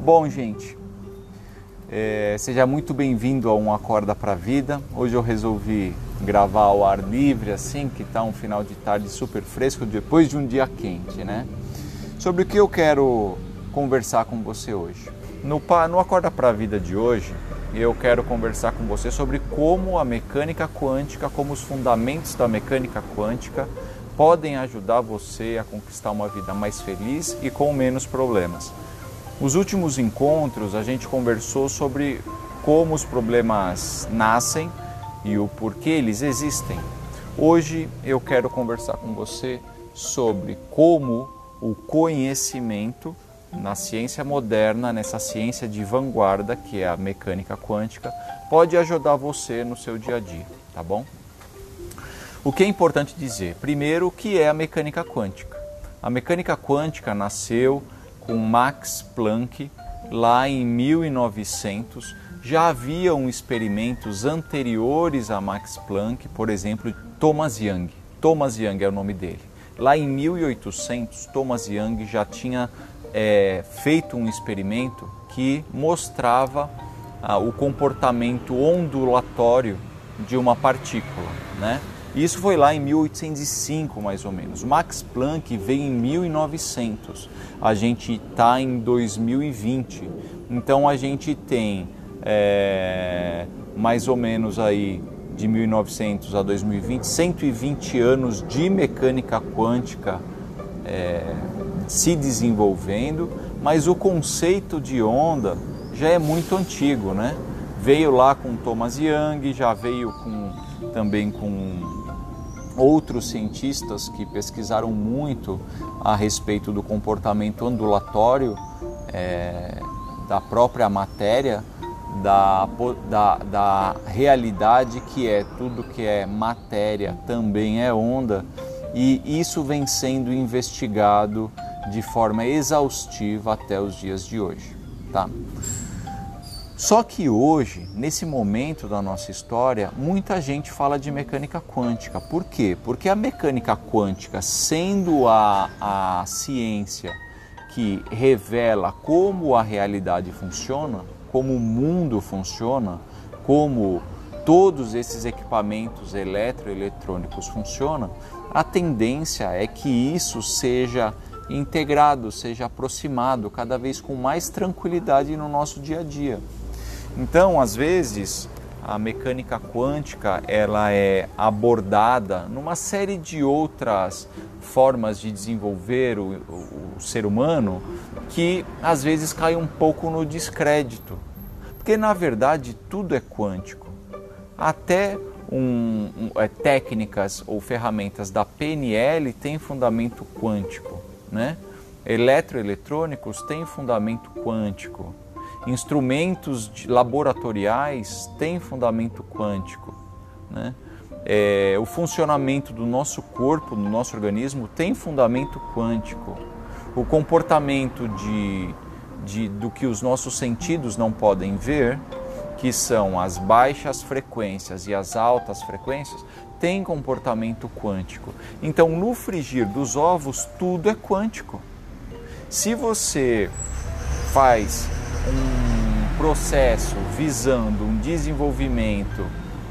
Bom, gente, seja muito bem-vindo a um Acorda pra Vida. Hoje eu resolvi gravar ao ar livre, assim, que tá um final de tarde super fresco, depois de um dia quente, né? Sobre o que eu quero conversar com você hoje. No Acorda pra Vida de hoje, eu quero conversar com você sobre como a mecânica quântica, como os fundamentos da mecânica quântica podem ajudar você a conquistar uma vida mais feliz e com menos problemas. Nos últimos encontros a gente conversou sobre como os problemas nascem e o porquê eles existem. Hoje eu quero conversar com você sobre como o conhecimento na ciência moderna, nessa ciência de vanguarda que é a mecânica quântica, pode ajudar você no seu dia a dia, tá bom? O que é importante dizer? Primeiro, o que é a mecânica quântica? A mecânica quântica nasceu com Max Planck lá em 1900. Já haviam experimentos anteriores a Max Planck, por exemplo, Thomas Young. Thomas Young é o nome dele. Lá em 1800, Thomas Young já tinha feito um experimento que mostrava o comportamento ondulatório de uma partícula, né? Isso foi lá em 1805, mais ou menos. Max Planck veio em 1900. A gente está em 2020. Então a gente tem mais ou menos aí de 1900 a 2020, 120 anos de mecânica quântica se desenvolvendo, mas o conceito de onda já é muito antigo, né? Veio lá com Thomas Young, já veio também com outros cientistas que pesquisaram muito a respeito do comportamento ondulatório da própria matéria, da realidade que é tudo que é matéria também é onda, e isso vem sendo investigado de forma exaustiva até os dias de hoje, tá? Só que hoje, nesse momento da nossa história, muita gente fala de mecânica quântica. Por quê? Porque a mecânica quântica, sendo a ciência que revela como a realidade funciona, como o mundo funciona, como todos esses equipamentos eletroeletrônicos funcionam, a tendência é que isso seja integrado, seja aproximado cada vez com mais tranquilidade no nosso dia a dia. Então, às vezes, a mecânica quântica ela é abordada numa série de outras formas de desenvolver o ser humano que às vezes cai um pouco no descrédito, porque na verdade tudo é quântico. Até técnicas ou ferramentas da PNL têm fundamento quântico, né? Eletroeletrônicos têm fundamento quântico. Instrumentos laboratoriais têm fundamento quântico, né? O funcionamento do nosso corpo, do nosso organismo, tem fundamento quântico. O comportamento do que os nossos sentidos não podem ver, que são as baixas frequências e as altas frequências, tem comportamento quântico. Então, no frigir dos ovos, tudo é quântico. Se você faz um processo visando um desenvolvimento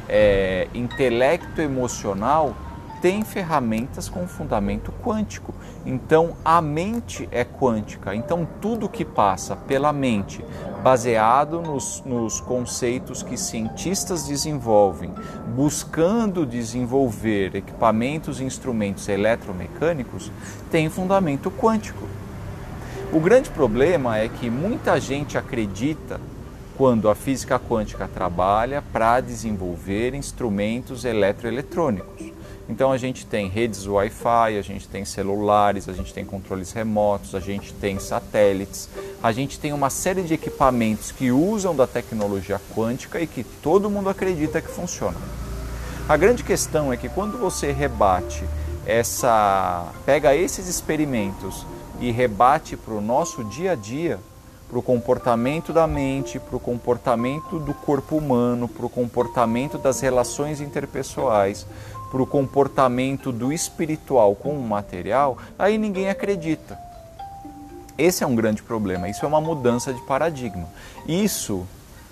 intelecto-emocional, tem ferramentas com fundamento quântico. Então a mente é quântica. Então tudo que passa pela mente, baseado nos conceitos que cientistas desenvolvem, buscando desenvolver equipamentos e instrumentos eletromecânicos, tem fundamento quântico. O grande problema é que muita gente acredita quando a física quântica trabalha para desenvolver instrumentos eletroeletrônicos. Então a gente tem redes Wi-Fi, a gente tem celulares, a gente tem controles remotos, a gente tem satélites, a gente tem uma série de equipamentos que usam da tecnologia quântica e que todo mundo acredita que funcionam. A grande questão é que quando você pega esses experimentos e rebate para o nosso dia a dia, para o comportamento da mente, para o comportamento do corpo humano, para o comportamento das relações interpessoais, para o comportamento do espiritual com o material, aí ninguém acredita. Esse é um grande problema, isso é uma mudança de paradigma. Isso,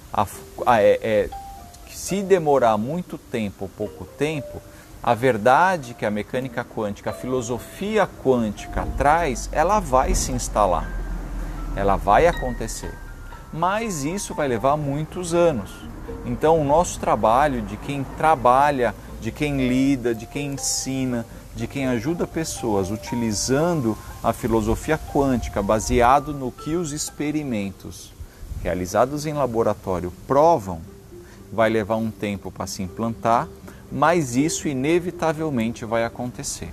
se demorar muito tempo ou pouco tempo, a verdade que a mecânica quântica, a filosofia quântica traz, ela vai se instalar, ela vai acontecer. Mas isso vai levar muitos anos. Então o nosso trabalho, de quem trabalha, de quem lida, de quem ensina, de quem ajuda pessoas utilizando a filosofia quântica, baseado no que os experimentos realizados em laboratório provam, vai levar um tempo para se implantar, mas isso inevitavelmente vai acontecer.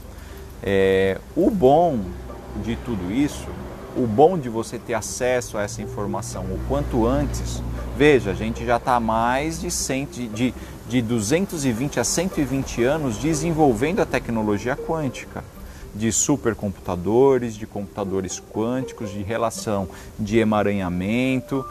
O bom de tudo isso, o bom de você ter acesso a essa informação o quanto antes, veja, a gente já está há mais de 220 a 120 anos desenvolvendo a tecnologia quântica, de supercomputadores, de computadores quânticos, de relação de emaranhamento,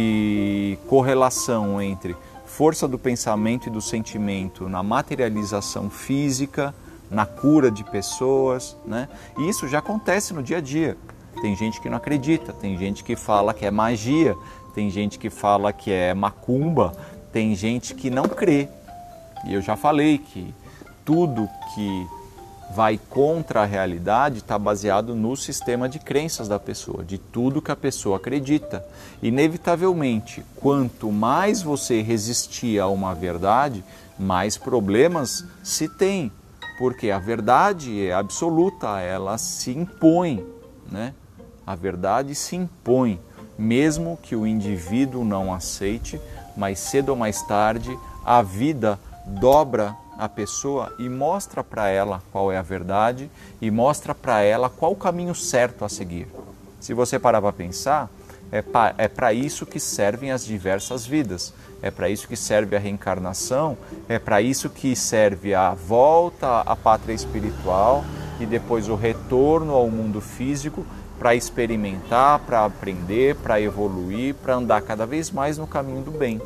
de correlação entre força do pensamento e do sentimento na materialização física, na cura de pessoas, né? E isso já acontece no dia a dia. Tem gente que não acredita, tem gente que fala que é magia, tem gente que fala que é macumba, tem gente que não crê. E eu já falei que tudo que vai contra a realidade está baseado no sistema de crenças da pessoa, de tudo que a pessoa acredita. Inevitavelmente, quanto mais você resistir a uma verdade, mais problemas se tem, porque a verdade é absoluta, ela se impõe, né? A verdade se impõe, mesmo que o indivíduo não aceite, mais cedo ou mais tarde a vida dobra a pessoa e mostra para ela qual é a verdade e mostra para ela qual o caminho certo a seguir. Se você parar para pensar, é para isso que servem as diversas vidas, é para isso que serve a reencarnação, é para isso que serve a volta à pátria espiritual e depois o retorno ao mundo físico, para experimentar, para aprender, para evoluir, para andar cada vez mais no caminho do bem.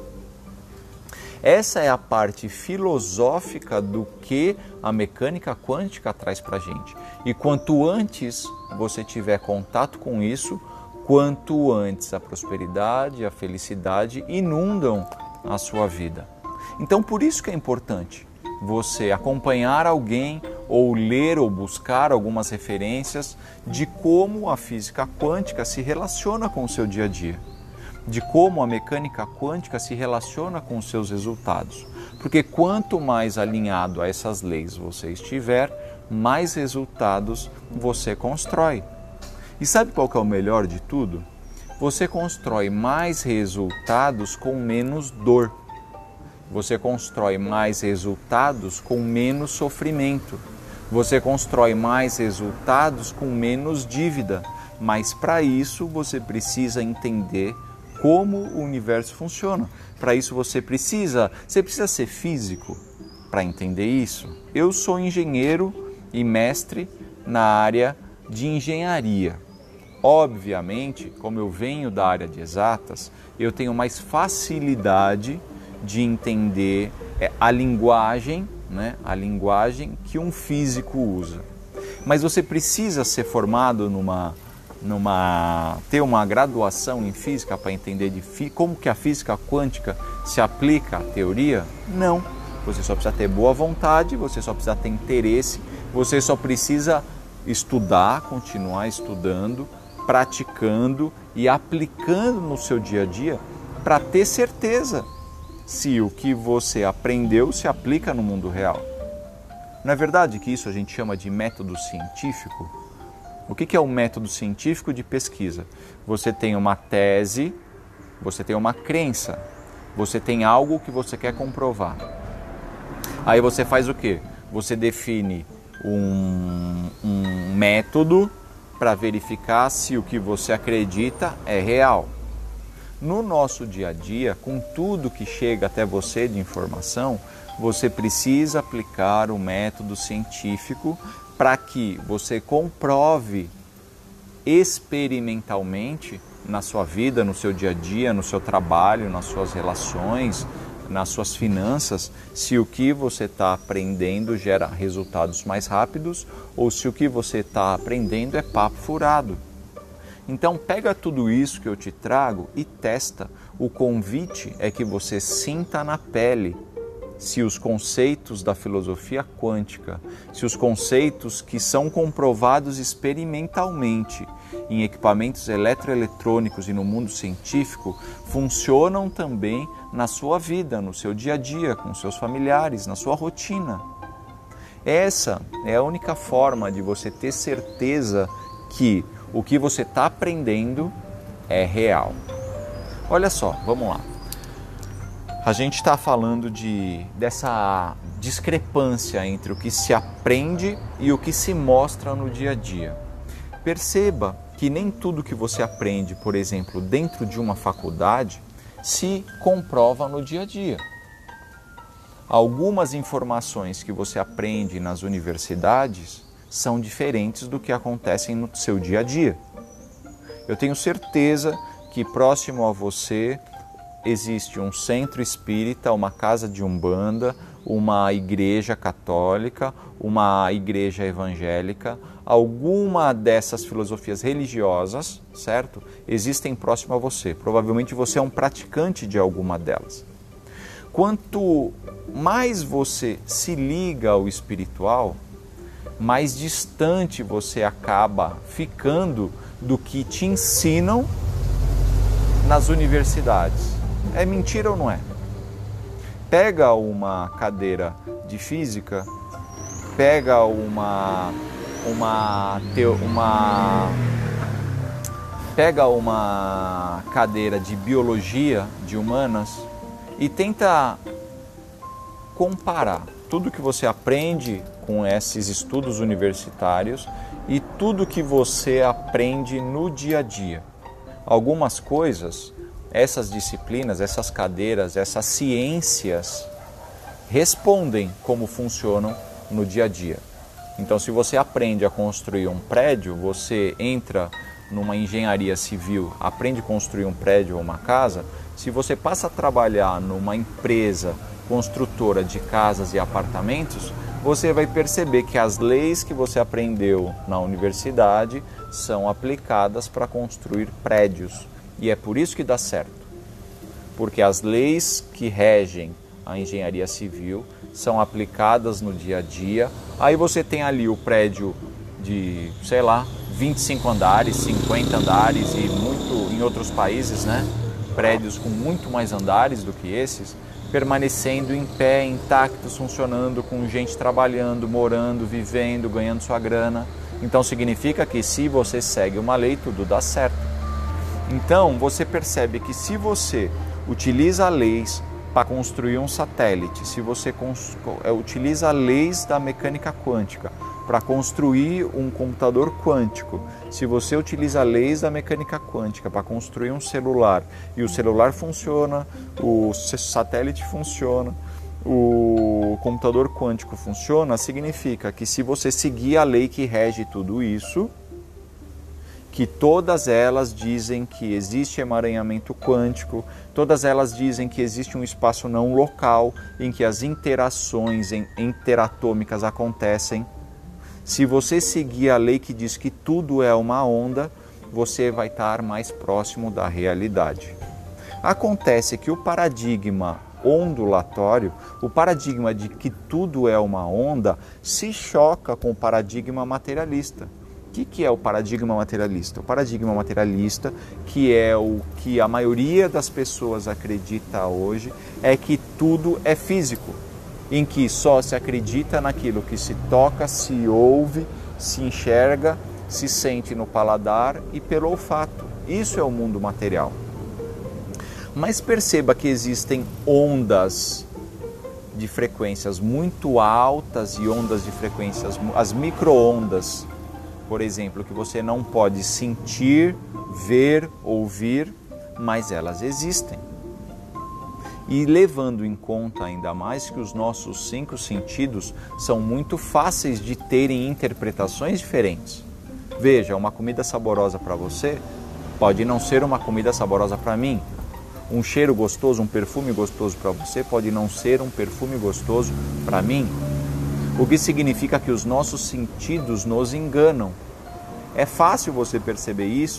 Essa é a parte filosófica do que a mecânica quântica traz para a gente. E quanto antes você tiver contato com isso, quanto antes a prosperidade, a felicidade inundam a sua vida. Então por isso que é importante você acompanhar alguém ou ler ou buscar algumas referências de como a física quântica se relaciona com o seu dia a dia, de como a mecânica quântica se relaciona com os seus resultados. Porque quanto mais alinhado a essas leis você estiver, mais resultados você constrói. E sabe qual que é o melhor de tudo? Você constrói mais resultados com menos dor. Você constrói mais resultados com menos sofrimento. Você constrói mais resultados com menos dívida. Mas para isso você precisa entender como o universo funciona. Para isso você precisa ser físico para entender isso. Eu sou engenheiro e mestre na área de engenharia. Obviamente, como eu venho da área de exatas, eu tenho mais facilidade de entender a linguagem, né? A linguagem que um físico usa. Mas você precisa ser formado ter uma graduação em física para entender como que a física quântica se aplica à teoria? Não. Você só precisa ter boa vontade, você só precisa ter interesse, você só precisa estudar, continuar estudando, praticando e aplicando no seu dia a dia para ter certeza se o que você aprendeu se aplica no mundo real. Não é verdade que isso a gente chama de método científico? O que é um método científico de pesquisa? Você tem uma tese, você tem uma crença, você tem algo que você quer comprovar. Aí você faz o quê? Você define um método para verificar se o que você acredita é real. No nosso dia a dia, com tudo que chega até você de informação, você precisa aplicar o método científico para que você comprove experimentalmente na sua vida, no seu dia a dia, no seu trabalho, nas suas relações, nas suas finanças, se o que você está aprendendo gera resultados mais rápidos ou se o que você está aprendendo é papo furado. Então pega tudo isso que eu te trago e testa. O convite é que você sinta na pele se os conceitos da filosofia quântica, se os conceitos que são comprovados experimentalmente em equipamentos eletroeletrônicos e no mundo científico, funcionam também na sua vida, no seu dia a dia, com seus familiares, na sua rotina. Essa é a única forma de você ter certeza que o que você está aprendendo é real. Olha só, vamos lá. A gente está falando dessa discrepância entre o que se aprende e o que se mostra no dia a dia. Perceba que nem tudo que você aprende, por exemplo, dentro de uma faculdade, se comprova no dia a dia. Algumas informações que você aprende nas universidades são diferentes do que acontecem no seu dia a dia. Eu tenho certeza que próximo a você existe um centro espírita, uma casa de umbanda, uma igreja católica, uma igreja evangélica, alguma dessas filosofias religiosas, certo? Existem próximo a você. Provavelmente você é um praticante de alguma delas. Quanto mais você se liga ao espiritual, mais distante você acaba ficando do que te ensinam nas universidades. É mentira ou não é? Pega uma cadeira de física, pega pega uma cadeira de biologia, de humanas, e tenta comparar tudo que você aprende com esses estudos universitários e tudo que você aprende no dia a dia. Algumas coisas, essas disciplinas, essas cadeiras, essas ciências respondem como funcionam no dia a dia. Então, se você aprende a construir um prédio, você entra numa engenharia civil, aprende a construir um prédio ou uma casa, se você passa a trabalhar numa empresa construtora de casas e apartamentos, você vai perceber que as leis que você aprendeu na universidade são aplicadas para construir prédios. E é por isso que dá certo. Porque as leis que regem a engenharia civil são aplicadas no dia a dia. Aí você tem ali o prédio de, 25 andares, 50 andares e muito em outros países, né? Prédios com muito mais andares do que esses, permanecendo em pé, intactos, funcionando, com gente trabalhando, morando, vivendo, ganhando sua grana. Então significa que se você segue uma lei, tudo dá certo. Então você percebe que se você utiliza leis para construir um satélite, se você utiliza leis da mecânica quântica para construir um computador quântico, se você utiliza leis da mecânica quântica para construir um celular e o celular funciona, o satélite funciona, o computador quântico funciona, significa que se você seguir a lei que rege tudo isso, que todas elas dizem que existe emaranhamento quântico, todas elas dizem que existe um espaço não local em que as interações interatômicas acontecem. Se você seguir a lei que diz que tudo é uma onda, você vai estar mais próximo da realidade. Acontece que o paradigma ondulatório, o paradigma de que tudo é uma onda, se choca com o paradigma materialista. O que é o paradigma materialista? O paradigma materialista, que é o que a maioria das pessoas acredita hoje, é que tudo é físico, em que só se acredita naquilo que se toca, se ouve, se enxerga, se sente no paladar e pelo olfato. Isso é o mundo material. Mas perceba que existem ondas de frequências muito altas e ondas de frequências, as micro-ondas, por exemplo, que você não pode sentir, ver, ouvir, mas elas existem. E levando em conta ainda mais que os nossos 5 sentidos são muito fáceis de terem interpretações diferentes. Veja, uma comida saborosa para você pode não ser uma comida saborosa para mim. Um cheiro gostoso, um perfume gostoso para você pode não ser um perfume gostoso para mim. O que significa que os nossos sentidos nos enganam. É fácil você perceber isso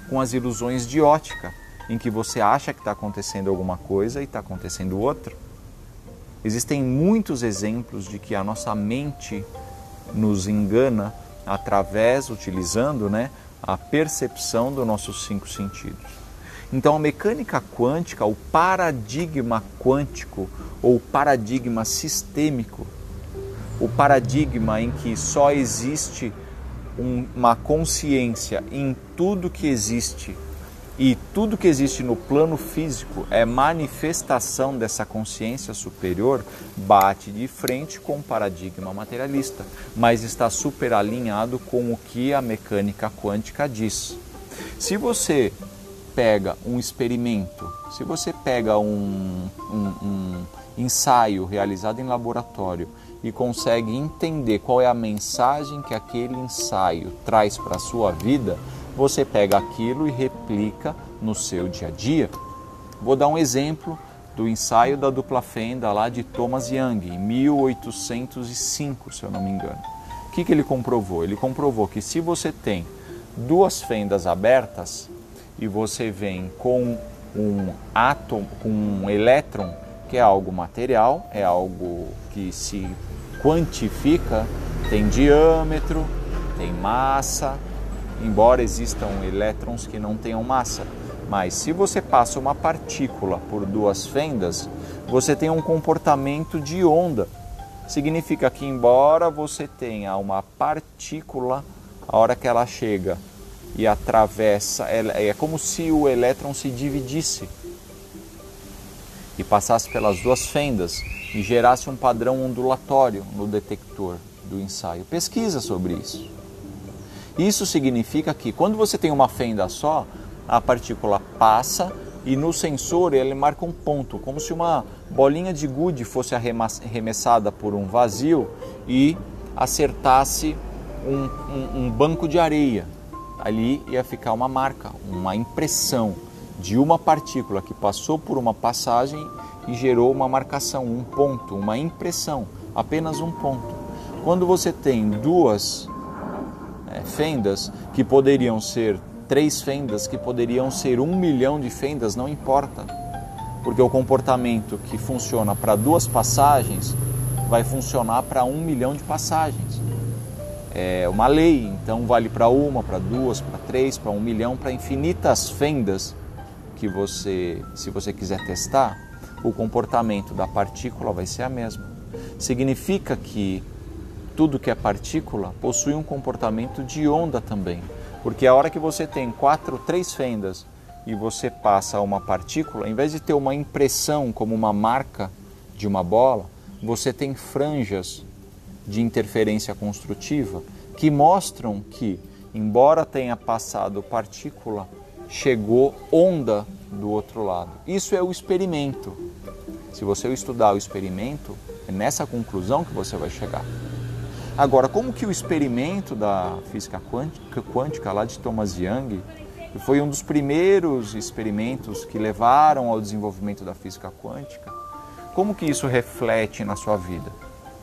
com as ilusões de ótica, em que você acha que está acontecendo alguma coisa e está acontecendo outra. Existem muitos exemplos de que a nossa mente nos engana utilizando, a percepção dos nossos 5 sentidos. Então a mecânica quântica, o paradigma quântico ou paradigma sistêmico, o paradigma em que só existe uma consciência em tudo que existe e tudo que existe no plano físico é manifestação dessa consciência superior, bate de frente com o paradigma materialista, mas está super alinhado com o que a mecânica quântica diz. Se você pega um experimento, se você pega um ensaio realizado em laboratório e consegue entender qual é a mensagem que aquele ensaio traz para a sua vida, você pega aquilo e replica no seu dia a dia. Vou dar um exemplo do ensaio da dupla fenda lá de Thomas Young, em 1805, se eu não me engano. O que ele comprovou? Ele comprovou que se você tem 2 fendas abertas e você vem com um átomo, com um elétron, que é algo material, é algo que se quantifica, tem diâmetro, tem massa, embora existam elétrons que não tenham massa. Mas se você passa uma partícula por 2 fendas, você tem um comportamento de onda. Significa que embora você tenha uma partícula, a hora que ela chega e atravessa, é como se o elétron se dividisse e passasse pelas 2 fendas e gerasse um padrão ondulatório no detector do ensaio. Pesquisa sobre isso. Isso significa que quando você tem uma fenda só, a partícula passa e no sensor ele marca um ponto, como se uma bolinha de gude fosse arremessada por um vazio e acertasse um banco de areia. Ali ia ficar uma marca, uma impressão de uma partícula que passou por uma passagem e gerou uma marcação, um ponto, uma impressão, apenas um ponto. Quando você tem 2 fendas, que poderiam ser 3 fendas, que poderiam ser 1 milhão de fendas, não importa. Porque o comportamento que funciona para 2 passagens vai funcionar para 1 milhão de passagens. É uma lei, então vale para 1, para 2, para 3, para 1 milhão, para infinitas fendas que se você quiser testar, o comportamento da partícula vai ser a mesma. Significa que tudo que é partícula possui um comportamento de onda também, porque a hora que você tem 3 fendas e você passa uma partícula, em vez de ter uma impressão como uma marca de uma bola, você tem franjas de interferência construtiva que mostram que, embora tenha passado partícula, chegou onda do outro lado. Isso é o experimento. Se você estudar o experimento, é nessa conclusão que você vai chegar. Agora, como que o experimento da física quântica lá de Thomas Young, que foi um dos primeiros experimentos que levaram ao desenvolvimento da física quântica, como que isso reflete na sua vida?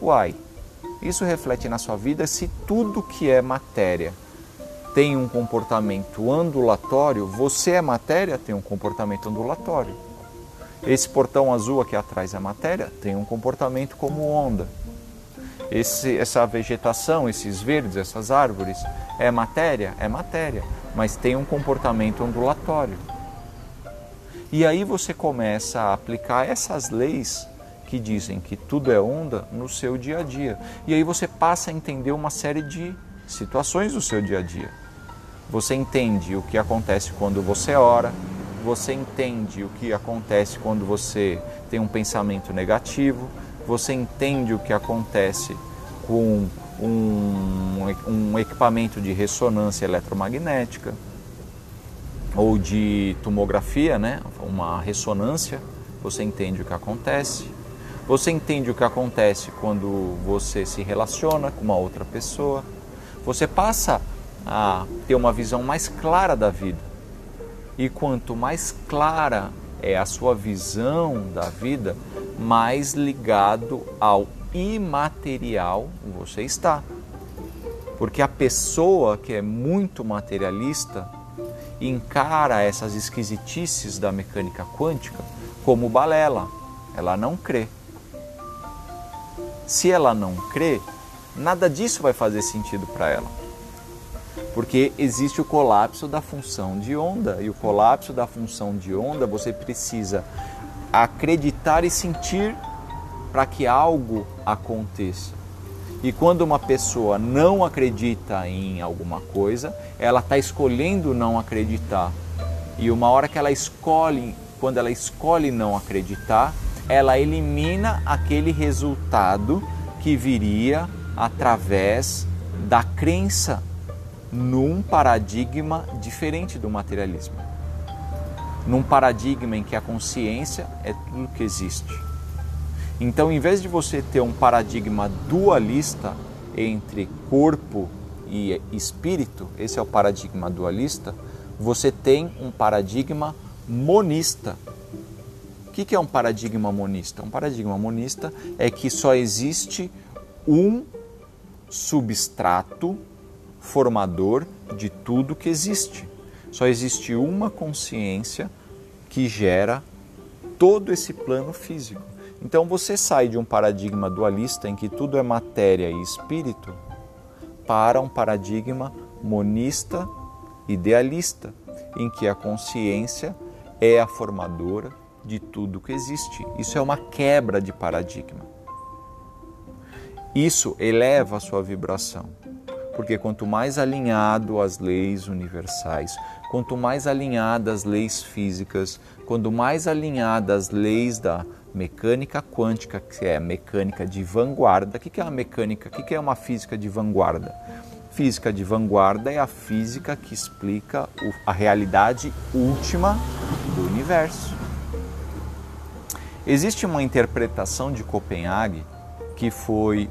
Isso reflete na sua vida se tudo que é matéria tem um comportamento ondulatório, você é matéria, tem um comportamento ondulatório. Esse portão azul aqui atrás é matéria, tem um comportamento como onda. Essa vegetação, esses verdes, essas árvores, é matéria, mas tem um comportamento ondulatório. E aí você começa a aplicar essas leis que dizem que tudo é onda no seu dia a dia. E aí você passa a entender uma série de situações do seu dia a dia. Você entende o que acontece quando você ora, você entende o que acontece quando você tem um pensamento negativo, você entende o que acontece com um equipamento de ressonância eletromagnética ou de tomografia, uma ressonância, você entende o que acontece. Você entende o que acontece quando você se relaciona com uma outra pessoa. Você passa a ter uma visão mais clara da vida. E quanto mais clara é a sua visão da vida, mais ligado ao imaterial você está. Porque a pessoa que é muito materialista, encara essas esquisitices da mecânica quântica como balela. Ela não crê. Se ela não crê, nada disso vai fazer sentido para ela. Porque existe o colapso da função de onda. E o colapso da função de onda, você precisa acreditar e sentir para que algo aconteça. E quando uma pessoa não acredita em alguma coisa, ela está escolhendo não acreditar. E uma hora que ela escolhe, quando ela escolhe não acreditar, ela elimina aquele resultado que viria através da crença num paradigma diferente do materialismo. Num paradigma em que a consciência é tudo que existe. Então, em vez de você ter um paradigma dualista entre corpo e espírito, esse é o paradigma dualista, você tem um paradigma monista. O que é um paradigma monista? Um paradigma monista é que só existe um substrato formador de tudo que existe. Só existe uma consciência que gera todo esse plano físico. Então você sai de um paradigma dualista em que tudo é matéria e espírito para um paradigma monista idealista, em que a consciência é a formadora de tudo que existe. Isso é uma quebra de paradigma. Isso eleva a sua vibração, porque quanto mais alinhado às leis universais, quanto mais alinhadas às leis físicas, quanto mais alinhadas às leis da mecânica quântica, que é a mecânica de vanguarda. O que é uma mecânica? O que é uma física de vanguarda? Física de vanguarda é a física que explica a realidade última do universo. Existe uma interpretação de Copenhague que foi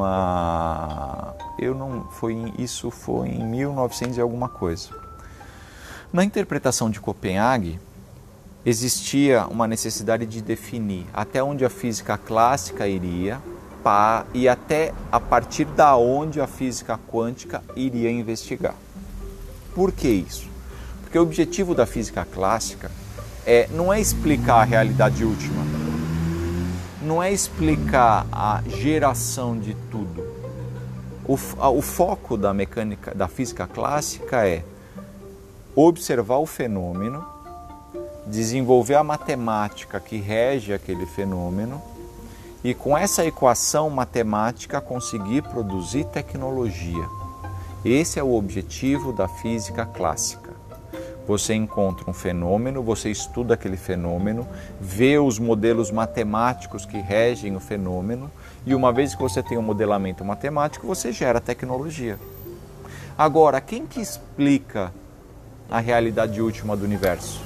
isso foi em 1900 e alguma coisa. Na interpretação de Copenhague, existia uma necessidade de definir até onde a física clássica iria e até a partir da onde a física quântica iria investigar. Por que isso? Porque o objetivo da física clássica não é explicar a realidade última, não é explicar a geração de tudo. O foco da mecânica, da física clássica é observar o fenômeno, desenvolver a matemática que rege aquele fenômeno e com essa equação matemática conseguir produzir tecnologia. Esse é o objetivo da física clássica. Você encontra um fenômeno, você estuda aquele fenômeno, vê os modelos matemáticos que regem o fenômeno e uma vez que você tem um modelamento matemático, você gera tecnologia. Agora, quem que explica a realidade última do universo?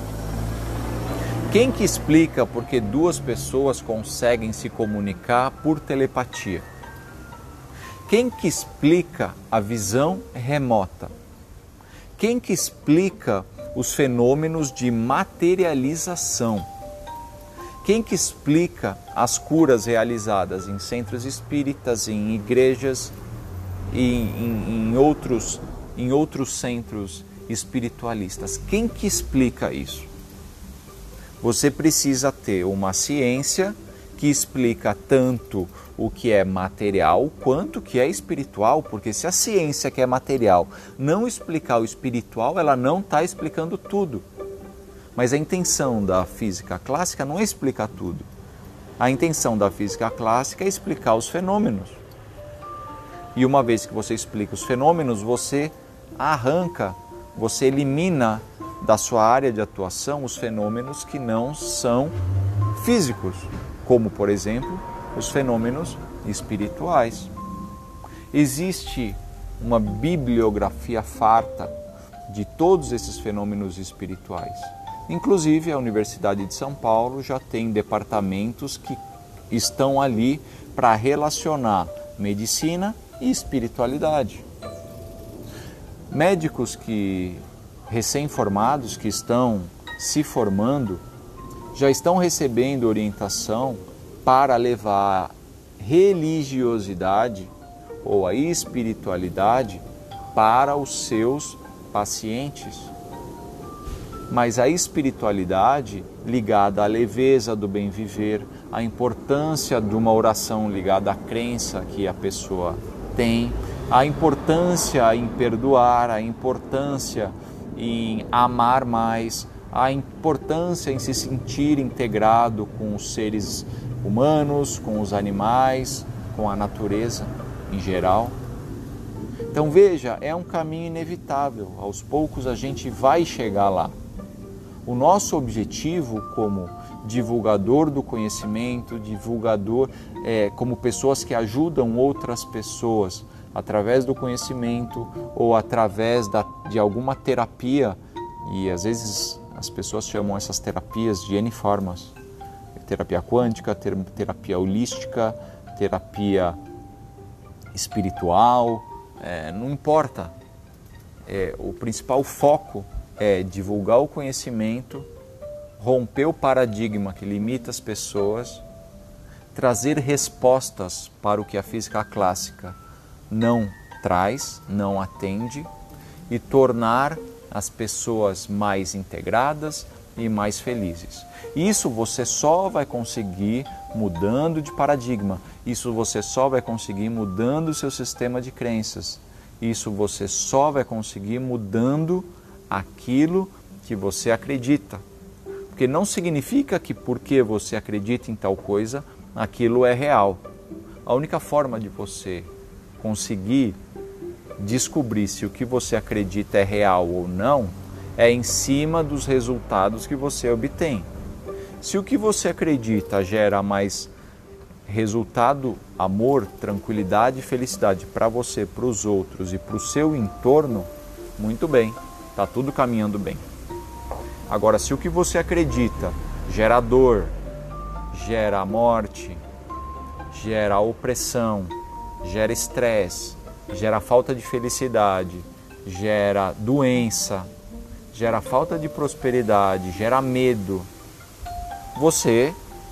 Quem que explica porque duas pessoas conseguem se comunicar por telepatia? Quem que explica a visão remota? Quem que explica os fenômenos de materialização? Quem que explica as curas realizadas em centros espíritas, em igrejas e em outros centros espiritualistas? Quem que explica isso? Você precisa ter uma ciência que explica tanto o que é material quanto o que é espiritual, porque se a ciência que é material não explicar o espiritual, ela não está explicando tudo. Mas a intenção da física clássica não é explicar tudo. A intenção da física clássica é explicar os fenômenos. E uma vez que você explica os fenômenos, você arranca, você elimina da sua área de atuação os fenômenos que não são físicos, como, por exemplo, os fenômenos espirituais. Existe uma bibliografia farta de todos esses fenômenos espirituais. Inclusive, a Universidade de São Paulo já tem departamentos que estão ali para relacionar medicina e espiritualidade. Médicos recém-formados que estão se formando já estão recebendo orientação para levar a religiosidade ou a espiritualidade para os seus pacientes. mas a espiritualidade ligada à leveza do bem viver, a importância de uma oração ligada à crença que a pessoa tem, a importância em perdoar, a importância em amar mais, a importância em se sentir integrado com os seres humanos, com os animais, com a natureza em geral. Então veja, é um caminho inevitável, aos poucos a gente vai chegar lá. O nosso objetivo como divulgador do conhecimento, como pessoas que ajudam outras pessoas através do conhecimento ou através de alguma terapia, e às vezes as pessoas chamam essas terapias de N formas, terapia quântica, terapia holística, terapia espiritual, não importa, o principal foco é divulgar o conhecimento, romper o paradigma que limita as pessoas, trazer respostas para o que a física clássica não traz, não atende, e tornar as pessoas mais integradas e mais felizes. Isso você só vai conseguir mudando de paradigma, isso você só vai conseguir mudando o seu sistema de crenças, isso você só vai conseguir mudando aquilo que você acredita. Porque não significa que porque você acredita em tal coisa, aquilo é real. A única forma de você conseguir descobrir se o que você acredita é real ou não é em cima dos resultados que você obtém. Se o que você acredita gera mais resultado, amor, tranquilidade e felicidade para você, para os outros e para o seu entorno, muito bem, está tudo caminhando bem. Agora, se o que você acredita gera dor, gera morte, gera opressão, gera estresse, gera falta de felicidade, gera doença, gera falta de prosperidade, gera medo, você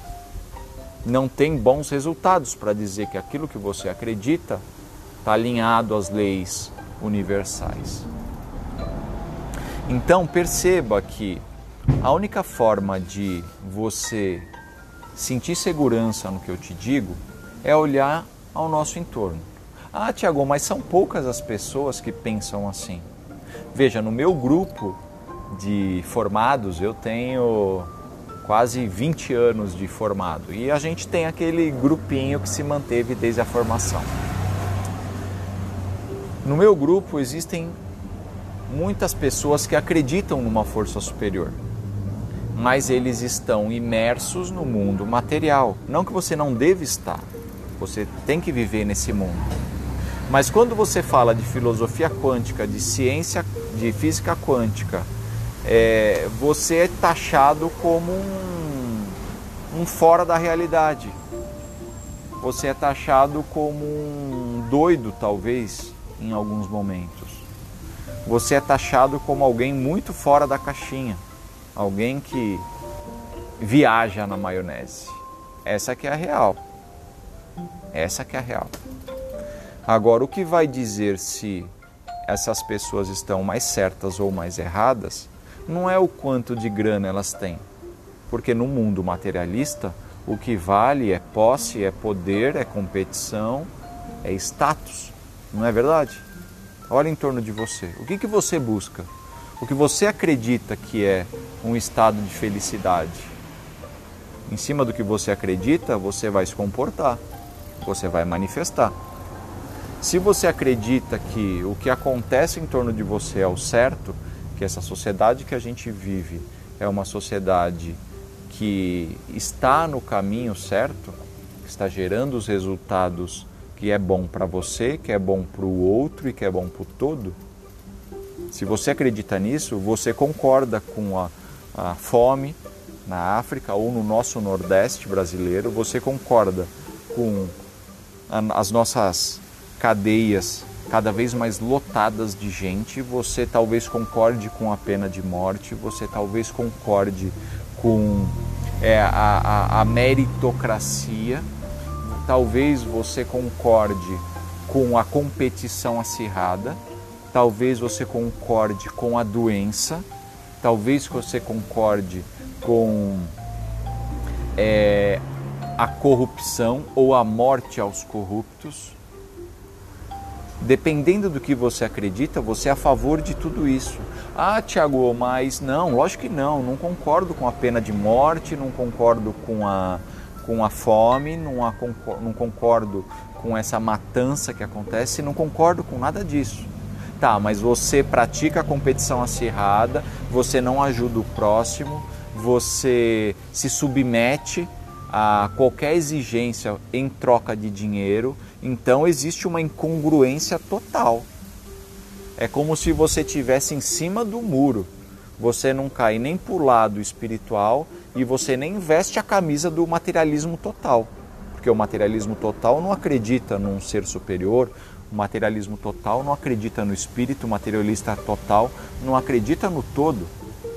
não tem bons resultados para dizer que aquilo que você acredita está alinhado às leis universais. Então perceba que a única forma de você sentir segurança no que eu te digo é olhar ao nosso entorno. Ah, Tiago, mas são poucas as pessoas que pensam assim. Veja, no meu grupo de formados, eu tenho quase 20 anos de formado e a gente tem aquele grupinho que se manteve desde a formação. No meu grupo existem muitas pessoas que acreditam numa força superior, mas eles estão imersos no mundo material. Não que você não deve estar, você tem que viver nesse mundo. Mas quando você fala de filosofia quântica, de ciência, de física quântica, você é taxado como um fora da realidade. Você é taxado como um doido, talvez, em alguns momentos. Você é taxado como alguém muito fora da caixinha, alguém que viaja na maionese. Essa que é a real. Essa que é a real. Agora, o que vai dizer se essas pessoas estão mais certas ou mais erradas não é o quanto de grana elas têm. Porque no mundo materialista, o que vale é posse, é poder, é competição, é status. Não é verdade? Olha em torno de você. O que você busca? O que você acredita que é um estado de felicidade? Em cima do que você acredita, você vai se comportar. Você vai manifestar. Se você acredita que o que acontece em torno de você é o certo, que essa sociedade que a gente vive é uma sociedade que está no caminho certo, que está gerando os resultados que é bom para você, que é bom para o outro e que é bom para o todo, se você acredita nisso, você concorda com a fome na África ou no nosso Nordeste brasileiro, você concorda com as nossas cadeias cada vez mais lotadas de gente, você talvez concorde com a pena de morte, você talvez concorde com a meritocracia, talvez você concorde com a competição acirrada, talvez você concorde com a doença, talvez você concorde com a corrupção ou a morte aos corruptos. Dependendo do que você acredita, você é a favor de tudo isso. Ah, Tiago, mas não, lógico que não concordo com a pena de morte, não concordo com a fome, não concordo com essa matança que acontece, não concordo com nada disso. Tá, mas você pratica a competição acirrada, você não ajuda o próximo, você se submete a qualquer exigência em troca de dinheiro, então existe uma incongruência total. É como se você estivesse em cima do muro, você não cai nem para o lado espiritual e você nem veste a camisa do materialismo total, porque o materialismo total não acredita num ser superior, o materialismo total não acredita no espírito, o materialista total não acredita no todo.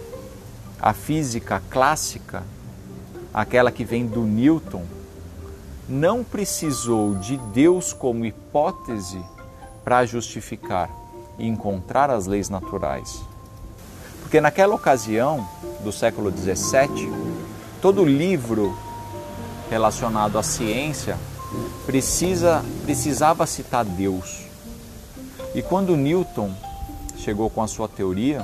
A física clássica, aquela que vem do Newton, não precisou de Deus como hipótese para justificar e encontrar as leis naturais. Porque naquela ocasião, do século XVII, todo livro relacionado à ciência precisava citar Deus. E quando Newton chegou com a sua teoria,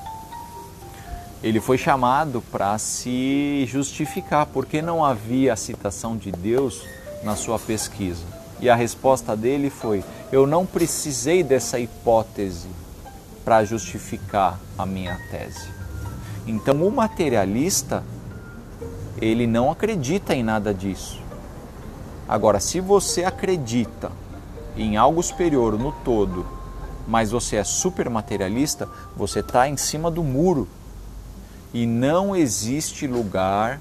ele foi chamado para se justificar, porque não havia a citação de Deus na sua pesquisa. E a resposta dele foi: eu não precisei dessa hipótese para justificar a minha tese. Então o materialista, ele não acredita em nada disso. Agora, se você acredita em algo superior no todo, mas você é super materialista, você está em cima do muro. E não existe lugar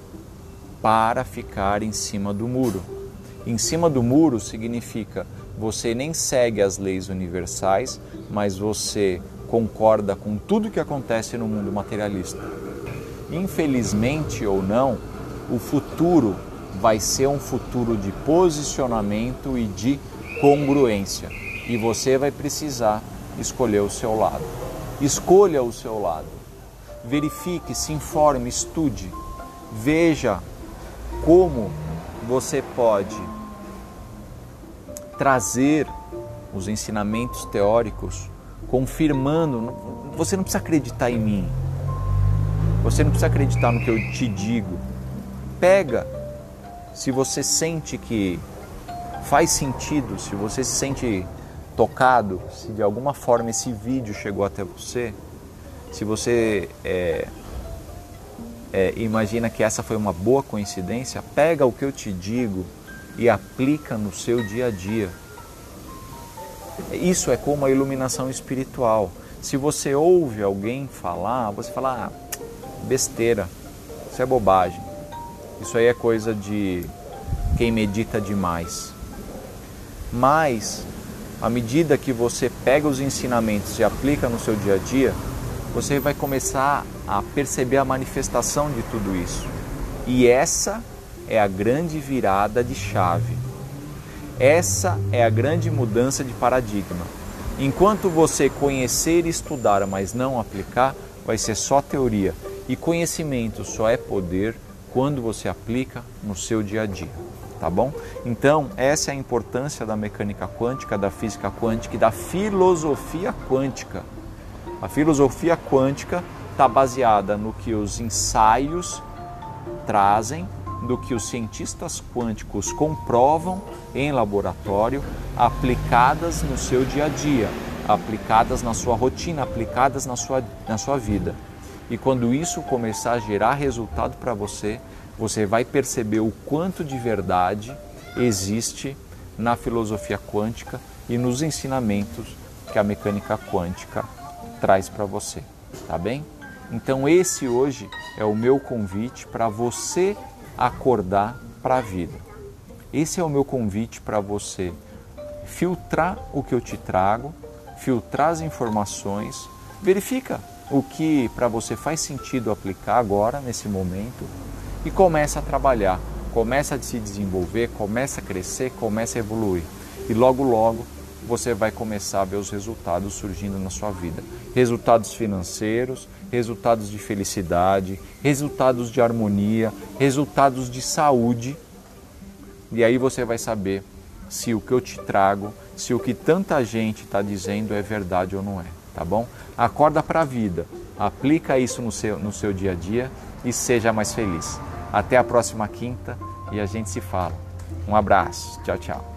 para ficar em cima do muro. Em cima do muro significa você nem segue as leis universais, mas você concorda com tudo que acontece no mundo materialista. Infelizmente ou não, o futuro vai ser um futuro de posicionamento e de congruência. E você vai precisar escolher o seu lado. Escolha o seu lado. Verifique, se informe, estude. Veja como você pode trazer os ensinamentos teóricos confirmando. Você não precisa acreditar em mim. Você não precisa acreditar no que eu te digo. Pega, se você sente que faz sentido, se você se sente tocado, se de alguma forma esse vídeo chegou até você, se você imagina que essa foi uma boa coincidência, pega o que eu te digo e aplica no seu dia a dia. Isso é como a iluminação espiritual. Se você ouve alguém falar, você fala: besteira, isso é bobagem, isso aí é coisa de quem medita demais. Mas, à medida que você pega os ensinamentos e aplica no seu dia a dia, você vai começar a perceber a manifestação de tudo isso. E essa é a grande virada de chave. Essa é a grande mudança de paradigma. Enquanto você conhecer e estudar, mas não aplicar, vai ser só teoria. E conhecimento só é poder quando você aplica no seu dia a dia. Tá bom? Então, essa é a importância da mecânica quântica, da física quântica e da filosofia quântica. A filosofia quântica está baseada no que os ensaios trazem, do que os cientistas quânticos comprovam em laboratório, aplicadas no seu dia a dia, aplicadas na sua rotina, aplicadas na sua vida. E quando isso começar a gerar resultado para você, você vai perceber o quanto de verdade existe na filosofia quântica e nos ensinamentos que a mecânica quântica traz para você, tá bem? Então esse hoje é o meu convite para você acordar para a vida. Esse é o meu convite para você filtrar o que eu te trago, filtrar as informações, verifica o que para você faz sentido aplicar agora, nesse momento, e começa a trabalhar, começa a se desenvolver, começa a crescer, começa a evoluir. E logo, logo, você vai começar a ver os resultados surgindo na sua vida. Resultados financeiros, resultados de felicidade, resultados de harmonia, resultados de saúde. E aí você vai saber se o que eu te trago, se o que tanta gente está dizendo é verdade ou não é, tá bom? Acorda para a vida, aplica isso no seu dia a dia e seja mais feliz. Até a próxima quinta e a gente se fala. Um abraço, tchau, tchau.